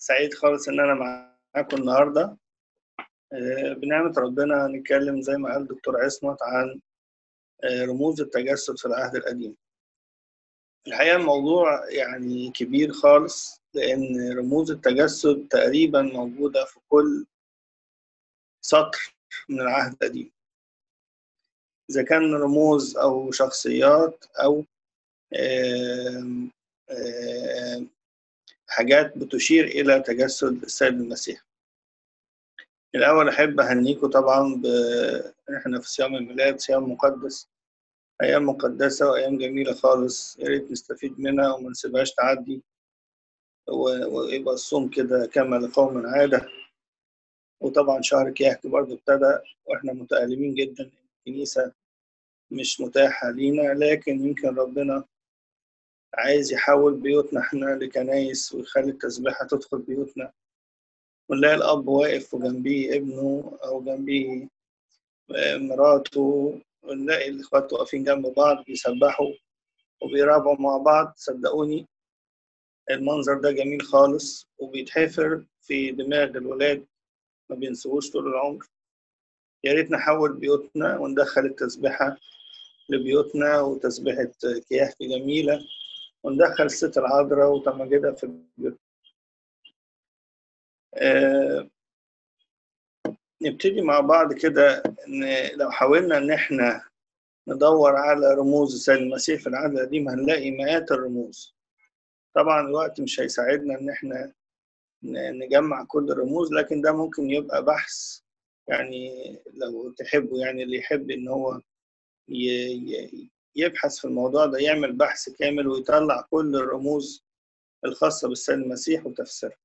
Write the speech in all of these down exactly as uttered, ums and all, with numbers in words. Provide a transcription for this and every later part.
سعيد خالص إن أنا معاكم النهاردة. آه، بنعمة ربنا هنتكلم زي ما قال دكتور عصمت عن آه، رموز التجسد في العهد القديم. الحقيقة الموضوع يعني كبير خالص، لأن رموز التجسد تقريبا موجودة في كل سطر من العهد القديم، إذا كان رموز أو شخصيات أو آم، آم، حاجات بتشير إلى تجسد السيد المسيح. الأول أحب أهنيكم طبعا ب... إحنا في صيام الميلاد، صيام مقدس، أيام مقدسة وأيام جميلة خالص، يا ريت نستفيد منها وما نسيبهاش تعدي، و... ويبقى الصوم كده كما لقوم عادة. وطبعا شهر كياك برضه ابتدى وإحنا متألمين جدا، الكنيسة مش متاحة لينا، لكن يمكن ربنا عايز يحول بيوتنا إحنا لكنايس ويخلي التسبيحة تدخل بيوتنا، ونلاقي الأب واقف وجنبيه ابنه أو جنبيه مراته، ونلاقي الإخوات واقفين جنب بعض بيسبحوا وبيرابعوا مع بعض. صدقوني المنظر ده جميل خالص وبيتحفر في دماغ الولاد، ما بينسوهوش طول العمر. يا ريت نحول بيوتنا وندخل التسبيحة لبيوتنا، وتسبيحة كياك جميلة، وندخل الست العذراء وتمجدها في البيوت. آه نبتدي مع بعض كده، إن لو حاولنا إن إحنا ندور على رموز السيد المسيح في العهد القديم هنلاقي مئات الرموز. طبعا الوقت مش هيساعدنا ان احنا نجمع كل الرموز، لكن ده ممكن يبقى بحث، يعني لو تحبوا، يعني اللي يحب ان هو يبحث في الموضوع ده يعمل بحث كامل ويطلع كل الرموز الخاصة بالسيد المسيح وتفسيرها.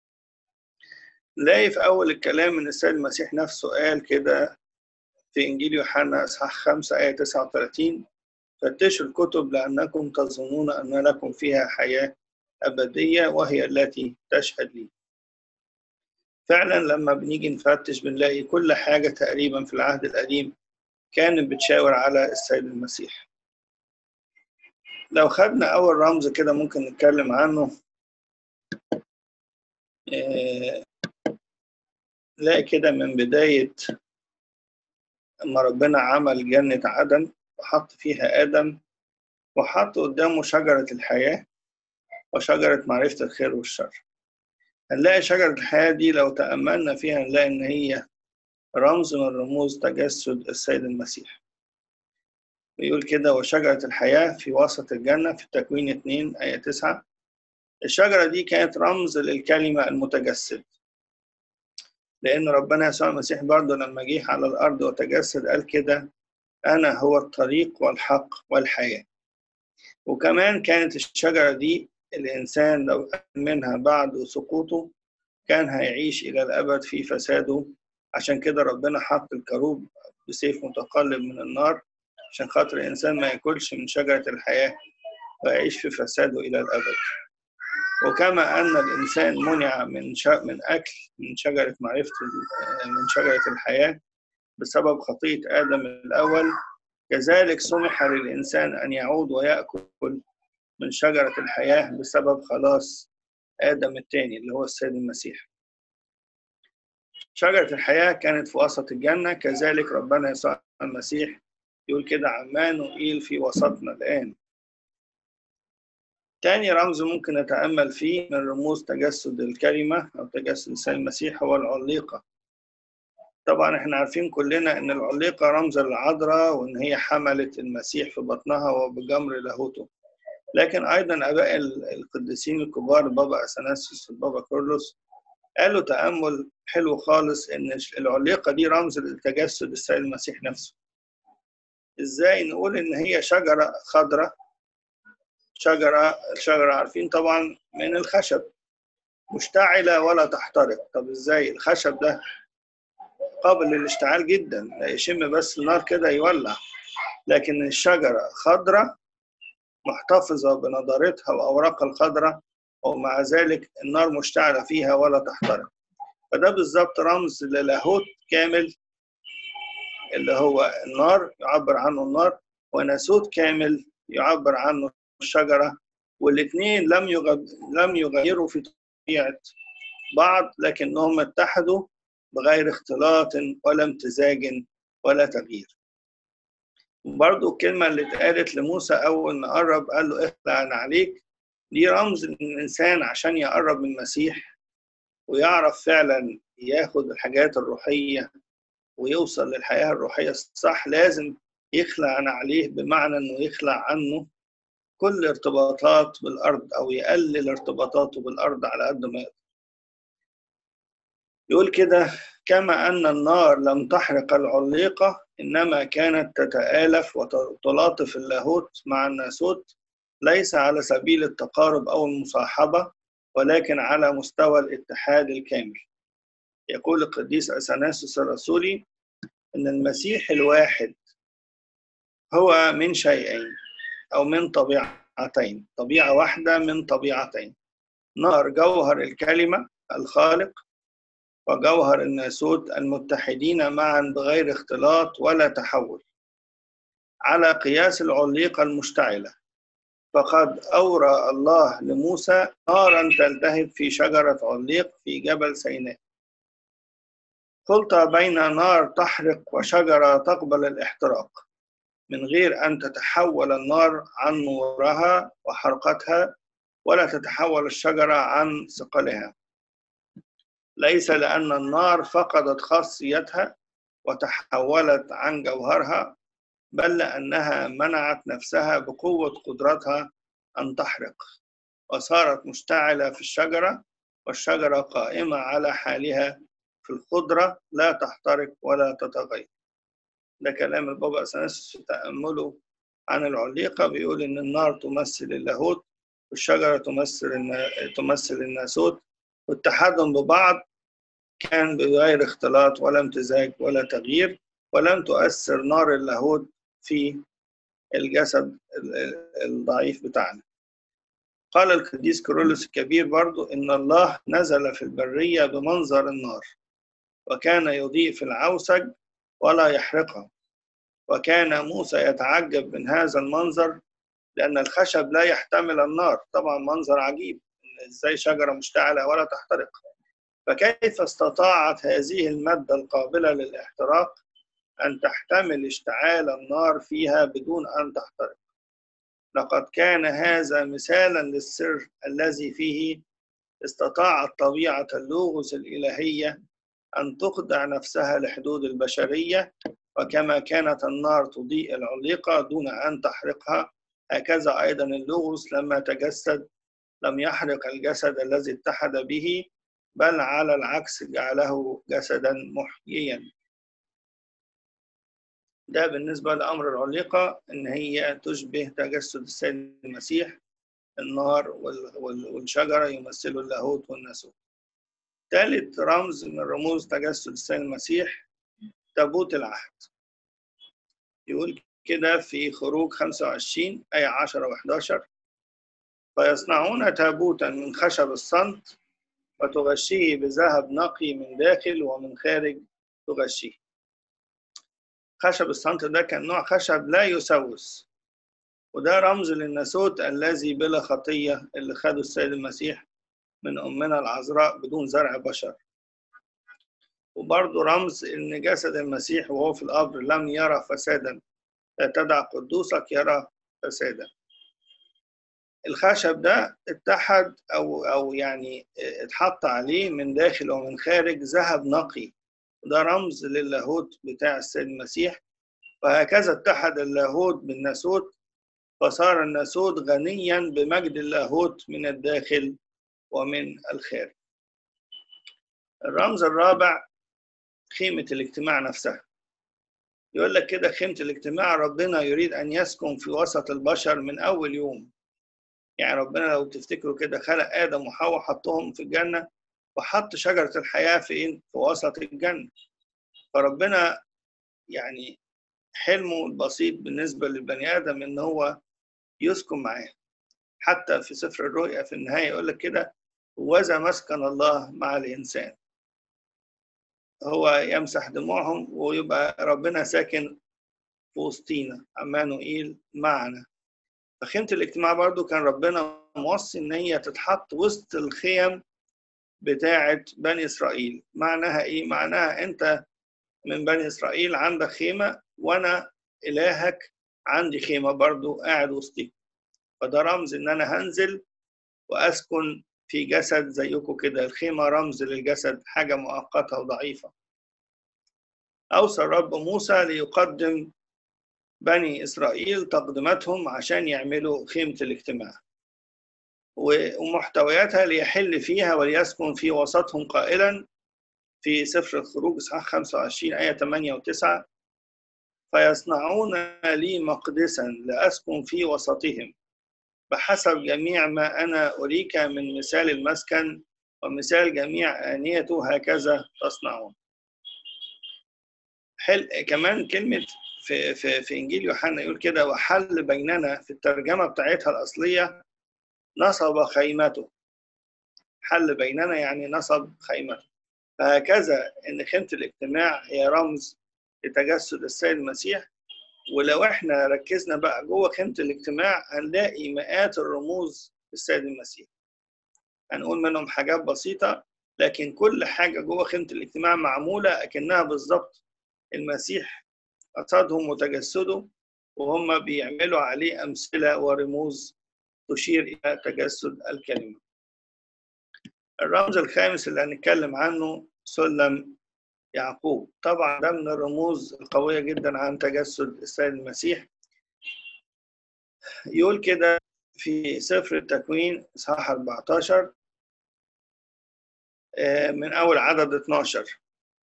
نلاقي في أول الكلام إن السيد المسيح نفسه قال كده في إنجيل يوحنا إصحاح خمسة آية تسعة وثلاثين: فتشوا الكتب لأنكم تظنون أن لكم فيها حياة أبدية وهي التي تشهد لي. فعلا لما بنيجي نفتش بنلاقي كل حاجة تقريبا في العهد القديم كانت بتشاور على السيد المسيح. لو خدنا أول رمز كده ممكن نتكلم عنه، نلاقي كده من بداية ما ربنا عمل جنة عدن وحط فيها آدم وحط قدامه شجرة الحياة وشجرة معرفة الخير والشر. هنلاقي شجرة الحياة دي لو تأملنا فيها نلاقي إن هي رمز من رموز تجسد السيد المسيح. بيقول كده: وشجرة الحياة في وسط الجنة، في التكوين اتنين آية تسعة. الشجرة دي كانت رمز للكلمة المتجسد، لأن ربنا يسوع المسيح برضه لما جه على الأرض وتجسد قال كده: أنا هو الطريق والحق والحياة. وكمان كانت الشجرة دي الإنسان لو أكل منها بعد سقوطه كان هيعيش إلى الأبد في فساده. عشان كده ربنا حط الكروب بسيف متقلب من النار عشان خاطر الإنسان ما يأكلش من شجرة الحياة ويعيش في فساده إلى الأبد. وكما أن الإنسان منع من من أكل من شجرة معرفة من شجرة الحياة بسبب خطية آدم الأول، كذلك سمح للإنسان أن يعود ويأكل من شجرة الحياة بسبب خلاص آدم الثاني اللي هو السيد المسيح. شجرة الحياة كانت في وسط الجنة، كذلك ربنا يسوع المسيح يقول كده: عمانوئيل في وسطنا الآن. تاني رمز ممكن نتأمل فيه من رموز تجسد الكلمة أو تجسد السيد المسيح هو العليقة. طبعا احنا عارفين كلنا ان العليقة رمز للعذراء وان هي حملت المسيح في بطنها وبجمر لاهوته. لكن ايضا اباء القديسين الكبار البابا اثناسيوس والبابا كورلوس قالوا تأمل حلو خالص ان العليقة دي رمز لتجسد السيد المسيح نفسه. ازاي؟ نقول ان هي شجرة خضراء، شجرة شجرة عارفين طبعا من الخشب، مشتعلة ولا تحترق. طب ازاي؟ الخشب ده قابل للاشتعال جدا، يشم بس النار كده يولع، لكن الشجرة خضراء محتفظة بنضارتها وأوراقها الخضراء ومع ذلك النار مشتعلة فيها ولا تحترق. فده بالظبط رمز للاهوت كامل اللي هو النار يعبر عنه النار، وناسوت كامل يعبر عنه الشجرة، والاثنين لم يغب... لم يغيروا في طبيعة بعض لكنهم اتحدوا بغير اختلاط ولا امتزاج ولا تغيير. برضو الكلمة اللي اتقالت لموسى أول ما قرب قال له اخلع عليك، دي رمز إن الإنسان عشان يقرب من المسيح ويعرف فعلا ياخد الحاجات الروحية ويوصل للحياة الروحية الصح لازم يخلع عليه، بمعنى إنه يخلع عنه كل ارتباطات بالأرض أو يقلل ارتباطاته بالأرض على قد ما يقدر. يقول كده: كما أن النار لم تحرق العليقة إنما كانت تتآلف وتلاطف اللاهوت مع الناسوت، ليس على سبيل التقارب أو المصاحبة ولكن على مستوى الاتحاد الكامل. يقول القديس أثناسيوس الرسولي إن المسيح الواحد هو من شيئين أو من طبيعتين، طبيعة واحدة من طبيعتين: نار جوهر الكلمة الخالق وجوهر الناسوت المتحدين معا بغير اختلاط ولا تحول، على قياس العليقة المشتعلة. فقد أورى الله لموسى نارا تلتهب في شجرة عليق في جبل سيناء، خلطة بين نار تحرق وشجرة تقبل الاحتراق، من غير أن تتحول النار عن نورها وحرقتها ولا تتحول الشجرة عن ثقلها، ليس لأن النار فقدت خاصيتها وتحولت عن جوهرها، بل لأنها منعت نفسها بقوة قدرتها أن تحرق، وصارت مشتعلة في الشجرة، والشجرة قائمة على حالها في الخضرة لا تحترق ولا تتغير. ده كلام البابا أثناسيوس في تأمله عن العليقة، بيقول إن النار تمثل اللاهوت والشجرة تمثل تمثل الناسوت، واتحادهم ببعض كان بغير اختلاط ولا امتزاج ولا تغيير، ولم تؤثر نار اللاهوت في الجسد الضعيف بتاعنا. قال القديس كيرلس الكبير برضو إن الله نزل في البرية بمنظر النار، وكان يضيء في العوسج ولا يحرقها، وكان موسى يتعجب من هذا المنظر لأن الخشب لا يحتمل النار. طبعا منظر عجيب، إزاي شجرة مشتعلة ولا تحترق؟ فكيف استطاعت هذه المادة القابلة للاحتراق أن تحتمل اشتعال النار فيها بدون أن تحترق؟ لقد كان هذا مثالا للسر الذي فيه استطاعت طبيعة اللوغوس الإلهية أن تخضع نفسها لحدود البشرية، وكما كانت النار تضيء العليقة دون أن تحرقها، هكذا أيضا اللوغوس لما تجسد لم يحرق الجسد الذي اتحد به، بل على العكس جعله جسدا محييا. ده بالنسبة لأمر العليقة، إن هي تشبه تجسد السيد المسيح. النار والشجرة يمثلوا اللاهوت والناسوت. ثالث رمز من رموز تجسد السيد المسيح تابوت العهد. يقول كده في خروج خمسة وعشرين آية عشرة وإحداشر: فيصنعون تابوتا من خشب الصمت وتغشيه بذهب نقي من داخل ومن خارج تغشيه. خشب الصمت ده كان نوع خشب لا يسوس، وده رمز للناسوت الذي بلا خطية اللي خده السيد المسيح من أمنا العذراء بدون زرع بشر. وبرضه رمز إن جسد المسيح وهو في القبر لم يرى فسادا، لا تدع قدوسك يرى فسادا. الخشب ده اتحد أو أو يعني اتحط عليه من داخل ومن خارج ذهب نقي، وده رمز للاهوت بتاع السيد المسيح. وهكذا اتحد اللاهوت بالناسوت، فصار الناسوت غنيا بمجد اللاهوت من الداخل ومن الخارج. الرمز الرابع خيمة الاجتماع نفسها. يقول لك كده: خيمة الاجتماع ربنا يريد أن يسكن في وسط البشر من أول يوم. يعني ربنا لو تفتكروا كده خلق آدم وحواء، حطهم في الجنة وحط شجرة الحياة فين؟ في وسط الجنة. فربنا يعني حلمه البسيط بالنسبة للبني آدم إن هو يسكن معاه. حتى في سفر الرؤيا في النهاية يقول لك كده: وذا مسكن الله مع الإنسان. هو يمسح دموعهم ويبقى ربنا ساكن في وسطينا، عمانوئيل معنا. فخيمة الاجتماع برضو كان ربنا موصي إن هي تتحط وسط الخيم بتاعة بني إسرائيل. معناها إيه؟ معناها أنت من بني إسرائيل عندك خيمة، وأنا إلهك عندي خيمة برضو قاعد وسطيك. فده رمز إن أنا هنزل وأسكن في جسد زيكم كده. الخيمة رمز للجسد، حاجة مؤقتة وضعيفة. أوصى الرب موسى ليقدم بني إسرائيل تقدمتهم عشان يعملوا خيمة الاجتماع ومحتوياتها، ليحل فيها وليسكن في وسطهم، قائلا في سفر الخروج إصحاح خمسة وعشرين آية ثمانية وتسعة: فيصنعون لي مقدسا لأسكن في وسطهم بحسب جميع ما أنا أريك من مثال المسكن ومثال جميع آنيته هكذا تصنعون. حل كمان كلمة في, في, في إنجيل يوحنا يقول كده: وحل بيننا، في الترجمة بتاعتها الأصلية نصب خيمته. حل بيننا يعني نصب خيمته. فهكذا إن خيمة الاجتماع هي رمز لتجسد السيد المسيح. ولو احنا ركزنا بقى جوه خيمة الاجتماع هنلاقي مئات الرموز للسيد المسيح. هنقول منهم حاجات بسيطة، لكن كل حاجة جوه خيمة الاجتماع معمولة أكنها بالظبط المسيح قصدهم وتجسده، وهم بيعملوا عليه أمثلة ورموز تشير إلى تجسد الكلمة. الرمز الخامس اللي هنتكلم عنه سلم يعقوب. طبعا ده من الرموز القوية جدا عن تجسد السيد المسيح. يقول كده في سفر التكوين إصحاح أربعة عشر من أول عدد اثناشر،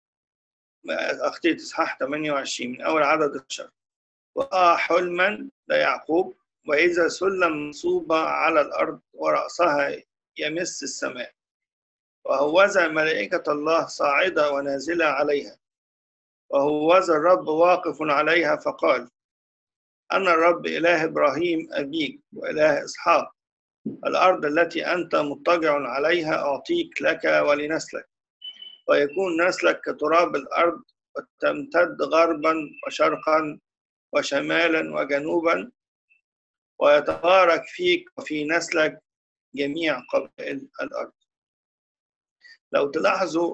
أخطيت إصحاح ثمانية وعشرين من أول عدد اثناشر: وقع حلما ليعقوب، وإذا سلم منصوبة على الأرض ورأسها يمس السماء، وهوذا ملائكة الله صاعدة ونازلة عليها، وهوذا الرب واقف عليها، فقال: أنا الرب إله إبراهيم أبيك وإله إسحاق، الأرض التي أنت مضطجع عليها أعطيك لك ولنسلك، ويكون نسلك كتراب الأرض، وتمتد غربا وشرقا وشمالا وجنوبا، ويتبارك فيك وفي نسلك جميع قبائل الأرض. لو تلاحظوا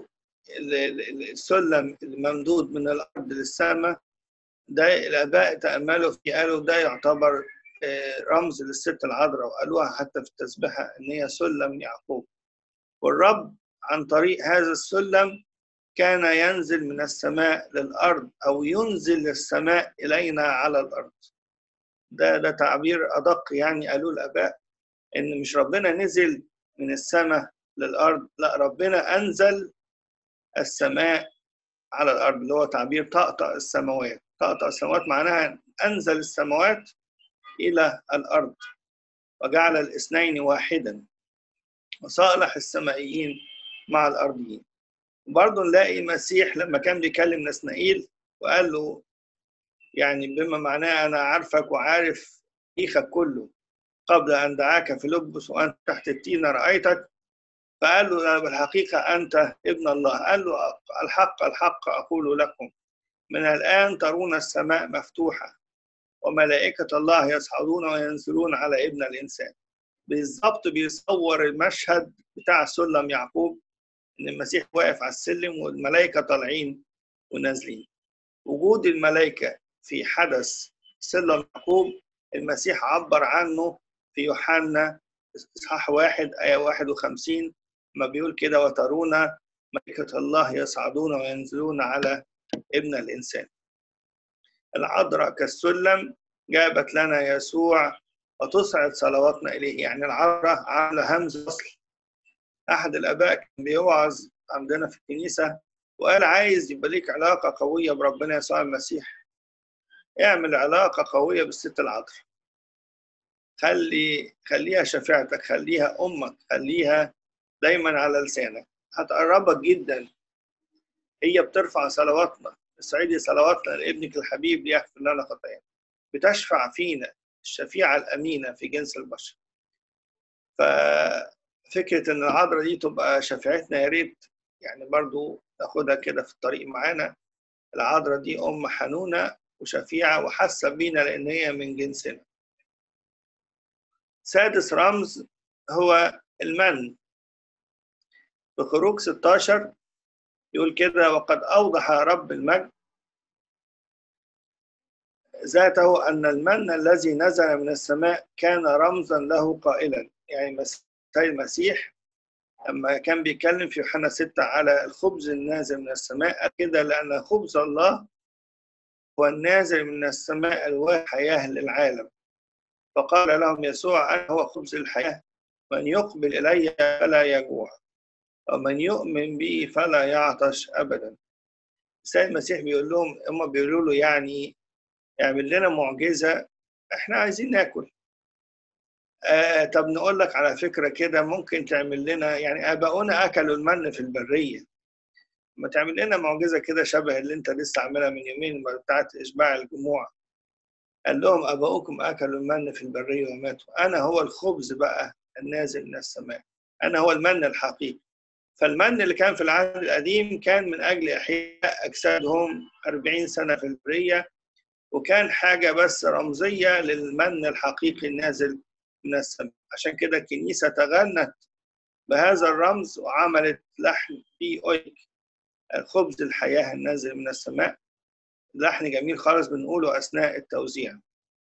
السلم الممدود من الأرض للسماء ده الآباء تأملوا فيه، قالوا ده يعتبر رمز للست العذراء، وقالوها حتى في التسبيحة إن هي سلم يعقوب. والرب عن طريق هذا السلم كان ينزل من السماء للأرض، أو ينزل للسماء إلينا على الأرض. ده ده تعبير أدق، يعني قالوا الآباء إن مش ربنا نزل من السماء للأرض، لا، ربنا أنزل السماء على الأرض، اللي هو تعبير طأطأ السماوات. طأطأ السماوات معناها أنزل السماوات إلى الأرض، وجعل الاثنين واحدا، وصالح السمائيين مع الأرضيين. وبرضه نلاقي المسيح لما كان بيكلم نسنائيل وقال له، يعني بما معناه أنا عارفك وعارف تاريخك كله، قبل أن دعاك في لبس وأنت تحت التين رأيتك، فقال له بالحقيقة أنت ابن الله. قال له الحق الحق أقول لكم، من الآن ترون السماء مفتوحة وملائكة الله يصعدون وينزلون على ابن الإنسان. بالضبط بيصور المشهد بتاع سلم يعقوب، إن المسيح واقف على السلم والملائكة طالعين ونازلين. وجود الملائكة في حدث سلم يعقوب المسيح عبر عنه في يوحنا إصحاح واحد آية واحد وخمسين، ما بيقول كده: وترون ملائكة الله يصعدون وينزلون على ابن الإنسان. العذراء كالسلم جابت لنا يسوع وتصعد صلواتنا إليه. يعني العذراء عاملة همز وصل. أحد الآباء كان بيوعظ عندنا في الكنيسة وقال: عايز يبقى ليك علاقة قوية بربنا يسوع المسيح، اعمل علاقة قوية بالست العذراء. خلي خليها شفيعتك، خليها أمك، خليها دايما على لسانك، هتقربك جدا. هي بترفع صلواتنا: اسعدي صلواتنا لابنك الحبيب ليغفر لنا خطايانا. بتشفع فينا، الشفيعة الأمينة في جنس البشر. ففكرة إن العذراء دي تبقى شفيعتنا، يا ريت يعني برضو ناخدها كده في الطريق معانا. العذراء دي أم حنونة وشفيعة وحاسة بينا لأن هي من جنسنا. سادس رمز هو المن. في خروج ستاشر يقول كده: وقد أوضح رب المجد ذاته أن المن الذي نزل من السماء كان رمزا له قائلا، يعني المسيح لما كان بيتكلم في يوحنا ستة على الخبز النازل من السماء كده: لأن خبز الله هو النازل من السماء الواحد حياة للعالم. فقال لهم يسوع: أنا هو خبز الحياة، من يقبل إلي فلا يجوع، ومن يؤمن بي فلا يعطش أبدا. السيد المسيح بيقول لهم، هم بيقولوا له يعني اعمل لنا معجزة، احنا عايزين ناكل. آه طب نقول لك على فكرة كده، ممكن تعمل لنا، يعني آباؤنا أكلوا المن في البرية، ما تعمل لنا معجزة كده شبه اللي انت لسه عاملها من يومين بتاعت إشباع الجموع. قال لهم: آباؤكم أكلوا المن في البرية وماتوا، أنا هو الخبز بقى النازل من السماء، أنا هو المن الحقيقي. فالمن اللي كان في العهد القديم كان من أجل إحياء أجسادهم أربعين سنة في البرية، وكان حاجة بس رمزية للمن الحقيقي النازل من السماء. عشان كده الكنيسة تغنت بهذا الرمز وعملت لحن في أويك، الخبز الحياة النازل من السماء. لحن جميل خالص بنقوله أثناء التوزيع: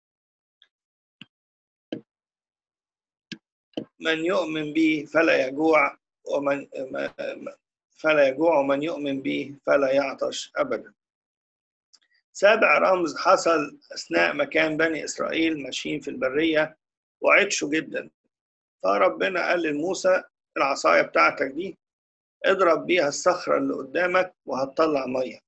من يؤمن بي فلا يجوع، ومن فلا يجوع ومن يؤمن بي فلا يعطش أبدا. سابع رمز حصل أثناء ما كان بني إسرائيل ماشيين في البرية وعطشوا جدا، فربنا قال لموسى: العصاية بتاعتك دي اضرب بيها الصخرة اللي قدامك وهتطلع مية.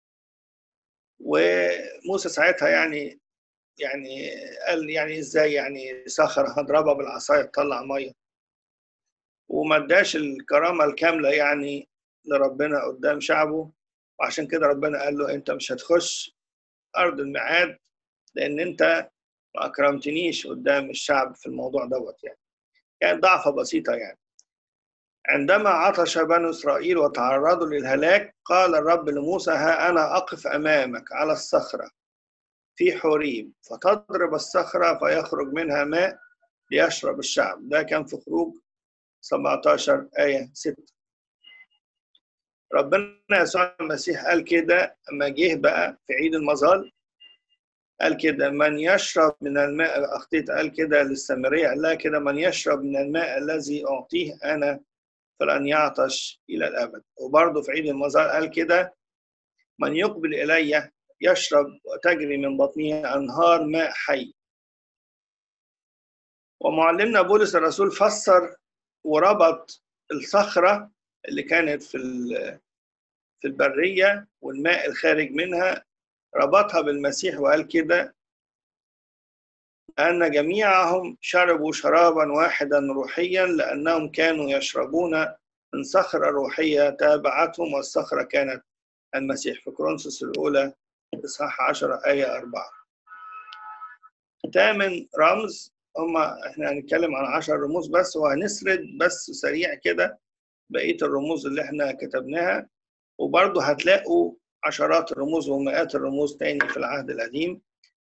وموسى ساعتها يعني يعني قال: يعني ازاي يعني صخرة هضربها بالعصاية تطلع مية؟ وما اداش الكرامة الكاملة يعني لربنا قدام شعبه. وعشان كده ربنا قال له: انت مش هتخش أرض الميعاد لأن انت ما أكرمتنيش قدام الشعب في الموضوع دوت. يعني كانت ضعفة بسيطة. يعني عندما عطش بنو إسرائيل وتعرضوا للهلاك، قال الرب لموسى: ها أنا أقف أمامك على الصخرة في حوريم، فتضرب الصخرة فيخرج منها ماء ليشرب الشعب. ده كان في خروج سبعتاشر آية ستة. ربنا يسوع المسيح قال كده أما جه بقى في عيد المظال، قال كده: من يشرب من الماء، أخطيت قال كده للسامرية، قال لها كده: من يشرب من الماء الذي أعطيه أنا فلن يعطش إلى الأبد. وبرضه في عيد المظال قال كده: من يقبل إلي يشرب وتجري من بطنه أنهار ماء حي. ومعلمنا بولس الرسول فسر وربط الصخرة اللي كانت في في البرية والماء الخارج منها، ربطها بالمسيح وقال كده: أن جميعهم شربوا شرابا واحدا روحيا لأنهم كانوا يشربون من صخرة روحية تابعتهم، والصخرة كانت المسيح. في كورنثوس الأولى إصحاح عشرة آية أربعة. ثامن رمز، هما احنا هنتكلم عن عشر رموز بس، وهنسرد بس سريع كده بقية الرموز اللي احنا كتبناها، وبرضه هتلاقوا عشرات الرموز ومئات الرموز تاني في العهد القديم.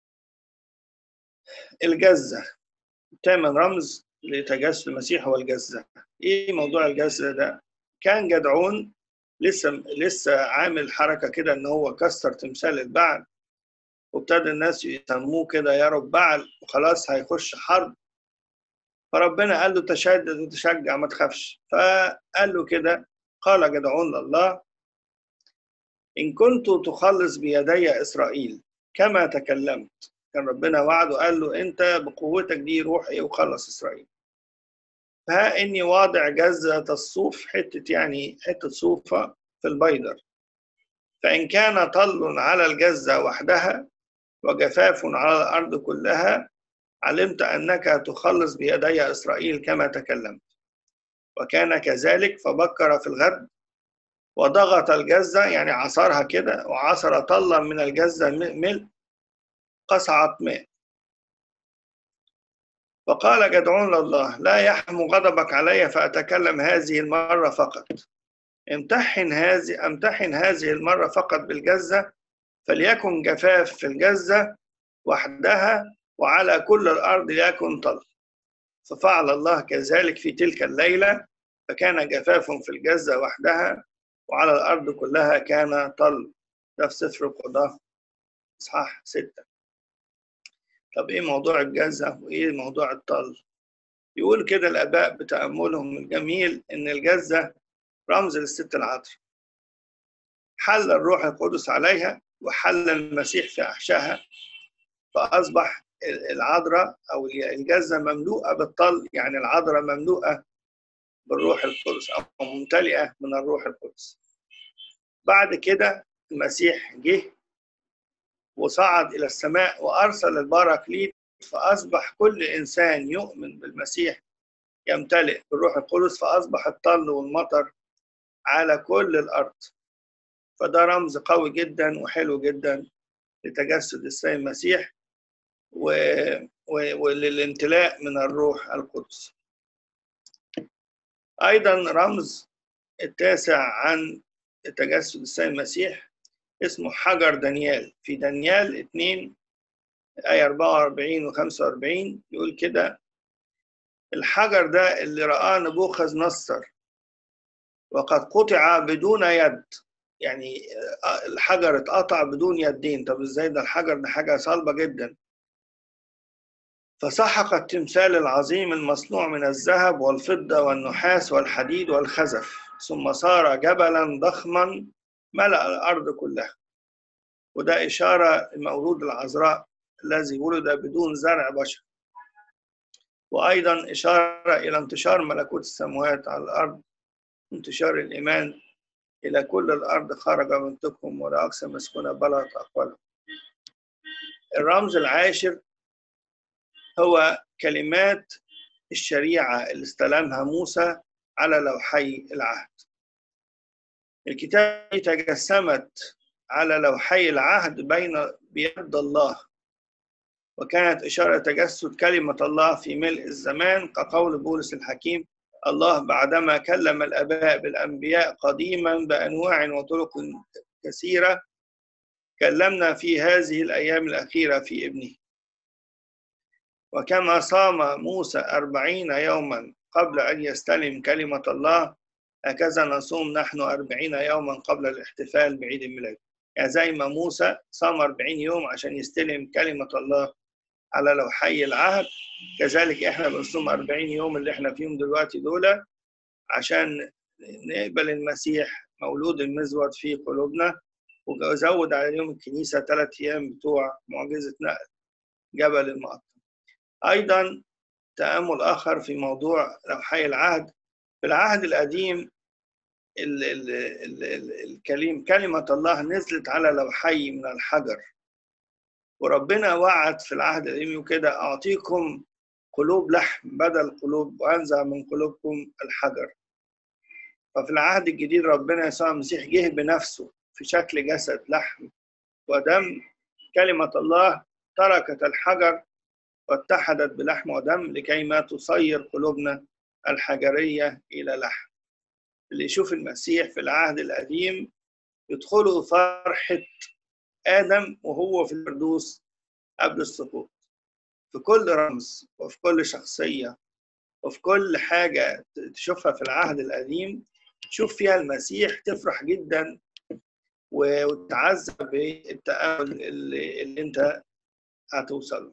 الجزة، ثامن رمز لتجسد المسيح هو الجزة. ايه موضوع الجزة ده؟ كان جدعون لسه لسه عامل حركة كده ان هو كسر تمثال البعل، وابتدى الناس يسموه كده يا رب بعل، وخلاص هيخش حرب. فربنا قال له: تشدد وتشجع ما تخافش. فقال له كده: قال جدعون لله: إن كنت تخلص بيدي إسرائيل كما تكلمت. كان ربنا وعده، قال له: أنت بقوتك دي روح إيه وخلص إسرائيل. ها إني واضع جزة الصوف، حتة يعني حتة صوفة في البيدر، فإن كان طل على الجزة وحدها وجفاف على الأرض كلها علمت أنك تخلص بيدي إسرائيل كما تكلمت. وكان كذلك، فبكر في الغد وضغط الجزة، يعني عصرها كده، وعصر طلا من الجزة ملء قصعة ماء. وقال جدعون لله: لا يحم غضبك علي فأتكلم هذه المرة فقط، امتحن هذه امتحن هذه المرة فقط بالجزة، فليكن جفاف في الجزة وحدها وعلى كل الأرض ليكن طل. ففعل الله كذلك في تلك الليلة، فكان جفاف في الجزة وحدها وعلى الأرض كلها كان طل. ده في سفر القضاء إصحاح ستة. طب إيه موضوع الجزة وإيه موضوع الطل؟ يقول كده الآباء بتأملهم الجميل إن الجزة رمز للست العذراء، حل الروح القدس عليها وحل المسيح في أحشائها، فأصبح العذراء أو الجزة مملوءة بالطل، يعني العذراء مملوءة بالروح القدس أو ممتلئة من الروح القدس. بعد كده المسيح جه وصعد إلى السماء وأرسل البراكليت، فأصبح كل إنسان يؤمن بالمسيح يمتلئ بالروح القدس، فأصبح الطل والمطر على كل الأرض. فده رمز قوي جدا وحلو جدا لتجسد السيد المسيح و... و... وللامتلاء من الروح القدس. أيضا رمز التاسع عن تجسد السيد المسيح اسمه حجر دانيال. في دانيال اثنين آية أربعة وأربعين و خمسة وأربعين يقول كده: الحجر ده اللي رآه نبوخذ نصر وقد قطع بدون يد، يعني الحجر اتقطع بدون يدين. طب ازاي ده؟ الحجر ده حاجة صلبة جدا. فسحق التمثال العظيم المصنوع من الذهب والفضة والنحاس والحديد والخزف، ثم صار جبلا ضخما ملأ الأرض كلها. وده إشارة المولود العذراء الذي ولد بدون زرع بشر، وأيضا إشارة إلى انتشار ملكوت السماوات على الأرض، انتشار الإيمان إلى كل الأرض. خرج منطقهم ولا أقصى مسكونة بلغت أقوالهم. الرمز العاشر هو كلمات الشريعة اللي استلمها موسى على لوحي العهد. الكتاب تجسمت على لوحي العهد بين بيد الله، وكانت إشارة تجسد كلمة الله في ملء الزمان، كقول بولس الحكيم: الله بعدما كلم الآباء بالأنبياء قديما بأنواع وطرق كثيرة كلمنا في هذه الأيام الأخيرة في ابنه. وكما صام موسى أربعين يوما قبل أن يستلم كلمة الله، هكذا نصوم نحن أربعين يوما قبل الاحتفال بعيد الميلاد. يعني زي ما موسى صام أربعين يوم عشان يستلم كلمة الله على لوحي العهد، كذلك احنا بنصوم أربعين يوم اللي احنا فيهم دلوقتي دول عشان نقبل المسيح مولود المزود في قلوبنا، وزود على يوم الكنيسة ثلاث أيام بتوع معجزة نقل جبل المقطم. أيضا تأمل آخر في موضوع لوحي العهد. في العهد القديم ال ال ال ال الكلم كلمة الله نزلت على لوحي من الحجر، وربنا وعد في العهد القديم كده: أعطيكم قلوب لحم بدل قلوب وأنزع من قلوبكم الحجر. ففي العهد الجديد ربنا يسوع المسيح جه بنفسه في شكل جسد لحم ودم. كلمة الله تركت الحجر واتحدت بلحم ودم لكي ما تصير قلوبنا الحجرية إلى لحم. اللي يشوف المسيح في العهد القديم يدخلوا فرحة آدم وهو في الفردوس قبل السقوط. في كل رمز وفي كل شخصية وفي كل حاجة تشوفها في العهد القديم تشوف فيها المسيح تفرح جدا وتعزى بالتأمل اللي, اللي انت هتوصل.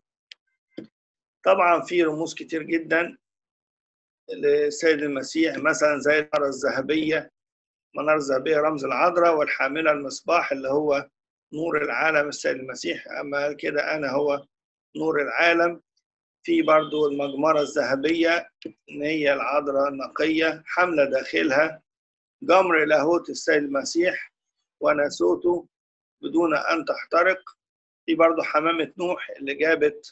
طبعا في رموز كتير جدا للسيد المسيح، مثلا زي المنارة الذهبية. المنارة الذهبية رمز العذراء، والحاملة المصباح اللي هو نور العالم السيد المسيح، أما قال كده أنا هو نور العالم. في برضو المجمرة الذهبية إن هي العذراء النقية حاملة داخلها جمر لاهوت السيد المسيح وناسوته بدون أن تحترق. في برضو حمامة نوح اللي جابت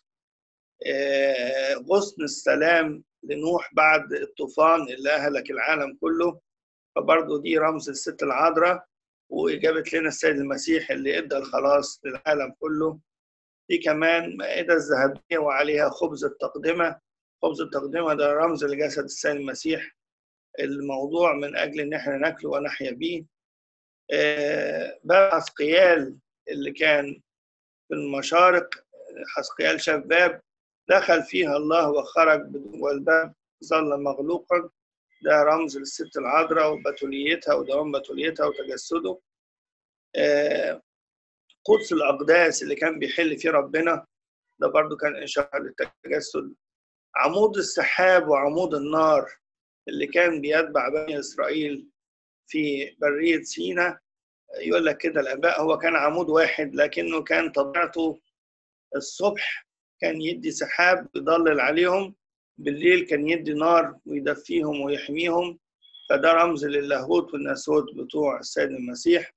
غصن السلام لنوح بعد الطوفان اللي أهلك العالم كله، فبرضو دي رمز الست العذراء، وجابت لنا السيد المسيح اللي ادى الخلاص للعالم كله. في كمان مائدة الذهبية وعليها خبز التقدمة. خبز التقدمة ده رمز لجسد السيد المسيح، الموضوع من أجل إن احنا ناكله ونحيا بيه. باب حسقيال اللي كان في المشارق، حسقيال شاف باب دخل فيها الله وخرج والباب ظل مغلوقا. ده رمز للست العذراء وبتوليتها ودوام بتوليتها وتجسده. آه، قدس الأقداس اللي كان بيحل فيه ربنا ده برضو كان إشارة للتجسد. عمود السحاب وعمود النار اللي كان بيتبع بني إسرائيل في برية سيناء، يقول لك كده الآباء هو كان عمود واحد، لكنه كان طبيعته الصبح كان يدي سحاب يضلل عليهم، بالليل كان يدي نار ويدفيهم ويحميهم. فده رمز للاهوت والناسوت بتوع السيد المسيح.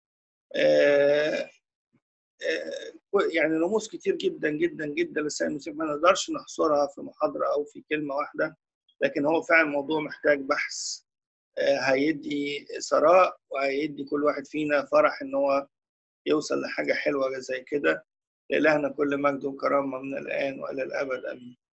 آه آه يعني رموز كتير جدا جدا جدا للسيد المسيح ما نقدرش نحصرها في محاضرة أو في كلمة واحدة، لكن هو فعلا موضوع محتاج بحث. آه هيدي ثراء وهيدي كل واحد فينا فرح إن هو يوصل لحاجة حلوة زي كده. لإلهنا كل مجد وكرامة من الآن وإلى الأبد، آمين.